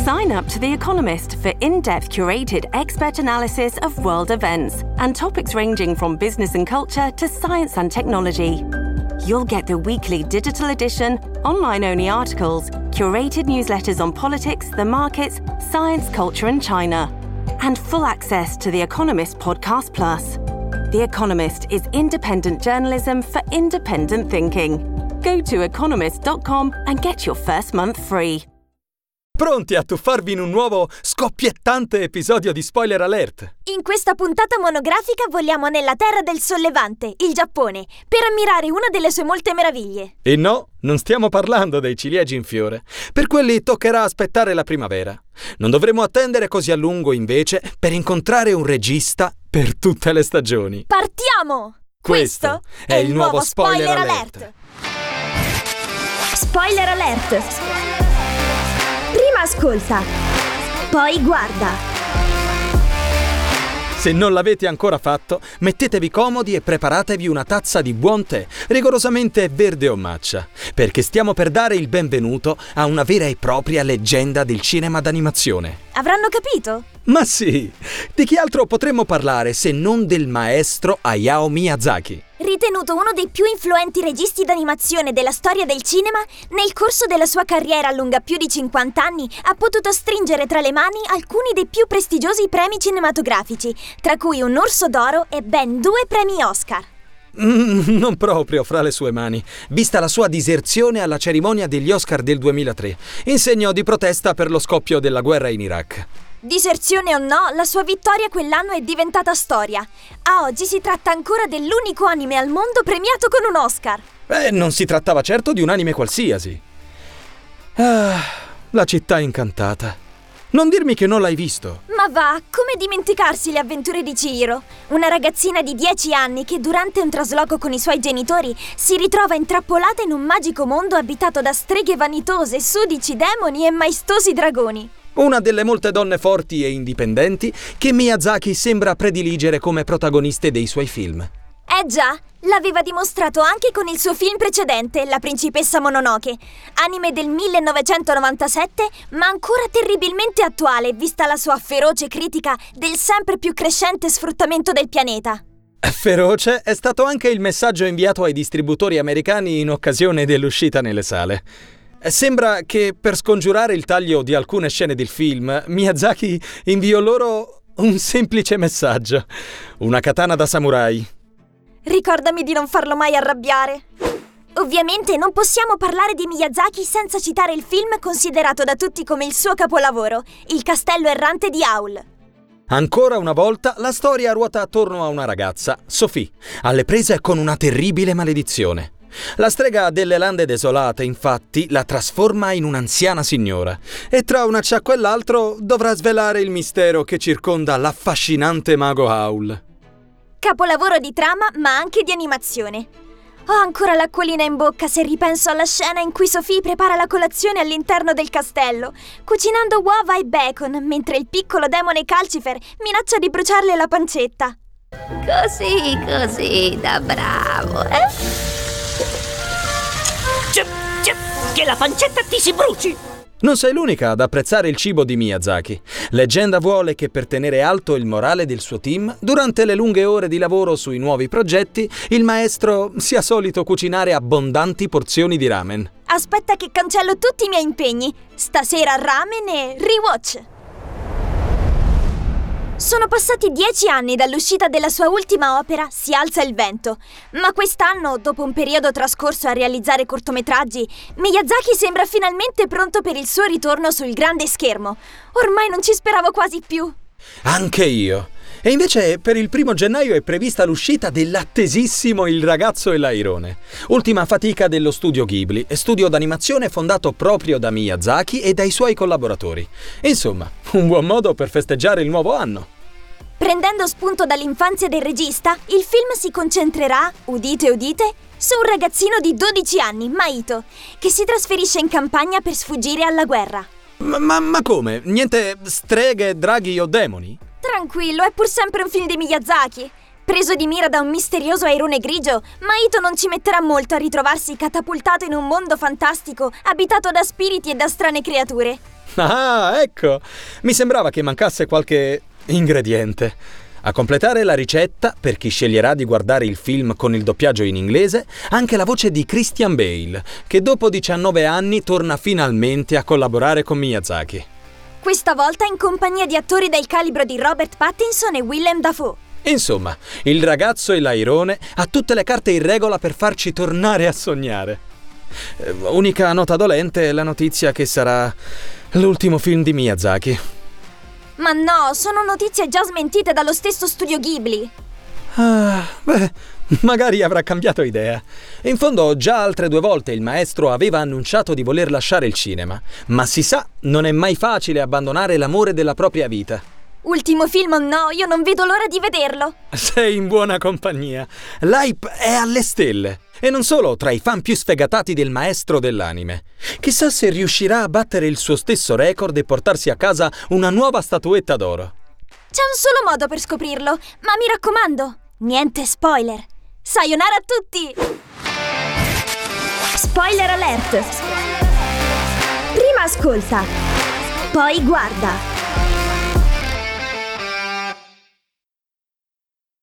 Sign up to The Economist for in-depth curated expert analysis of world events and topics ranging from business and culture to science and technology. You'll get the weekly digital edition, online-only articles, curated newsletters on politics, the markets, science, culture and China, and full access to The Economist Podcast Plus. The Economist is independent journalism for independent thinking. Go to economist.com and get your first month free. Pronti a tuffarvi in un nuovo scoppiettante episodio di Spoiler Alert? In questa puntata monografica voliamo nella terra del sollevante, il Giappone, per ammirare una delle sue molte meraviglie. E no, non stiamo parlando dei ciliegi in fiore. Per quelli toccherà aspettare la primavera. Non dovremo attendere così a lungo, invece, per incontrare un regista per tutte le stagioni. Partiamo! Questo è il nuovo Spoiler Alert. Spoiler Alert! Prima ascolta, poi guarda. Se non l'avete ancora fatto, mettetevi comodi e preparatevi una tazza di buon tè, rigorosamente verde o matcha, perché stiamo per dare il benvenuto a una vera e propria leggenda del cinema d'animazione. Avranno capito? Ma sì! Di chi altro potremmo parlare se non del maestro Hayao Miyazaki? Ritenuto uno dei più influenti registi d'animazione della storia del cinema, nel corso della sua carriera lunga più di 50 anni ha potuto stringere tra le mani alcuni dei più prestigiosi premi cinematografici, tra cui un Orso d'Oro e ben 2 premi Oscar. Non proprio fra le sue mani, vista la sua diserzione alla cerimonia degli Oscar del 2003, in segno di protesta per lo scoppio della guerra in Iraq. Diserzione o no, la sua vittoria quell'anno è diventata storia. A oggi si tratta ancora dell'unico anime al mondo premiato con un Oscar. Non si trattava certo di un anime qualsiasi. La città incantata. Non dirmi che non l'hai visto. Ma va, come dimenticarsi le avventure di Chihiro? Una ragazzina di 10 anni che durante un trasloco con i suoi genitori si ritrova intrappolata in un magico mondo abitato da streghe vanitose, sudici demoni e maestosi dragoni. Una delle molte donne forti e indipendenti che Miyazaki sembra prediligere come protagoniste dei suoi film. Già, l'aveva dimostrato anche con il suo film precedente, La principessa Mononoke, anime del 1997, ma ancora terribilmente attuale, vista la sua feroce critica del sempre più crescente sfruttamento del pianeta. Feroce è stato anche il messaggio inviato ai distributori americani in occasione dell'uscita nelle sale. Sembra che per scongiurare il taglio di alcune scene del film, Miyazaki inviò loro un semplice messaggio: una katana da samurai. Ricordami di non farlo mai arrabbiare. Ovviamente non possiamo parlare di Miyazaki senza citare il film considerato da tutti come il suo capolavoro, Il castello errante di Howl. Ancora una volta la storia ruota attorno a una ragazza, Sophie, alle prese con una terribile maledizione. La strega delle lande desolate, infatti, la trasforma in un'anziana signora e tra un acciacco e l'altro dovrà svelare il mistero che circonda l'affascinante mago Howl. Capolavoro di trama, ma anche di animazione. Ho ancora l'acquolina in bocca se ripenso alla scena in cui Sophie prepara la colazione all'interno del castello, cucinando uova e bacon, mentre il piccolo demone Calcifer minaccia di bruciarle la pancetta. Così, da bravo, Che la pancetta ti si bruci! Non sei l'unica ad apprezzare il cibo di Miyazaki. Leggenda vuole che per tenere alto il morale del suo team, durante le lunghe ore di lavoro sui nuovi progetti, il maestro sia solito cucinare abbondanti porzioni di ramen. Aspetta che cancello tutti i miei impegni. Stasera ramen e rewatch. Sono passati 10 anni dall'uscita della sua ultima opera, Si alza il vento, ma quest'anno, dopo un periodo trascorso a realizzare cortometraggi, Miyazaki sembra finalmente pronto per il suo ritorno sul grande schermo. Ormai non ci speravo quasi più. Anche io. E invece per il 1 gennaio è prevista l'uscita dell'attesissimo Il ragazzo e l'airone, ultima fatica dello studio Ghibli, studio d'animazione fondato proprio da Miyazaki e dai suoi collaboratori. Insomma, un buon modo per festeggiare il nuovo anno. Prendendo spunto dall'infanzia del regista, il film si concentrerà, udite udite, su un ragazzino di 12 anni, Maito, che si trasferisce in campagna per sfuggire alla guerra. Ma come? Niente streghe, draghi o demoni? Tranquillo, è pur sempre un film di Miyazaki. Preso di mira da un misterioso airone grigio, Mahito non ci metterà molto a ritrovarsi catapultato in un mondo fantastico abitato da spiriti e da strane creature. Ah, ecco! Mi sembrava che mancasse qualche ingrediente. A completare la ricetta, per chi sceglierà di guardare il film con il doppiaggio in inglese, anche la voce di Christian Bale, che dopo 19 anni torna finalmente a collaborare con Miyazaki. Questa volta in compagnia di attori del calibro di Robert Pattinson e Willem Dafoe. Insomma, il ragazzo e l'airone ha tutte le carte in regola per farci tornare a sognare. Unica nota dolente è la notizia che sarà l'ultimo film di Miyazaki. Ma no, sono notizie già smentite dallo stesso studio Ghibli. Magari avrà cambiato idea. In fondo, già altre 2 volte il maestro aveva annunciato di voler lasciare il cinema, ma si sa, non è mai facile abbandonare l'amore della propria vita. Ultimo film o no, io non vedo l'ora di vederlo. Sei in buona compagnia. L'hype è alle stelle. E non solo tra i fan più sfegatati del maestro dell'anime. Chissà se riuscirà a battere il suo stesso record e portarsi a casa una nuova statuetta d'oro. C'è un solo modo per scoprirlo, ma mi raccomando, niente spoiler. Sayonara a tutti! Spoiler alert! Prima ascolta, poi guarda.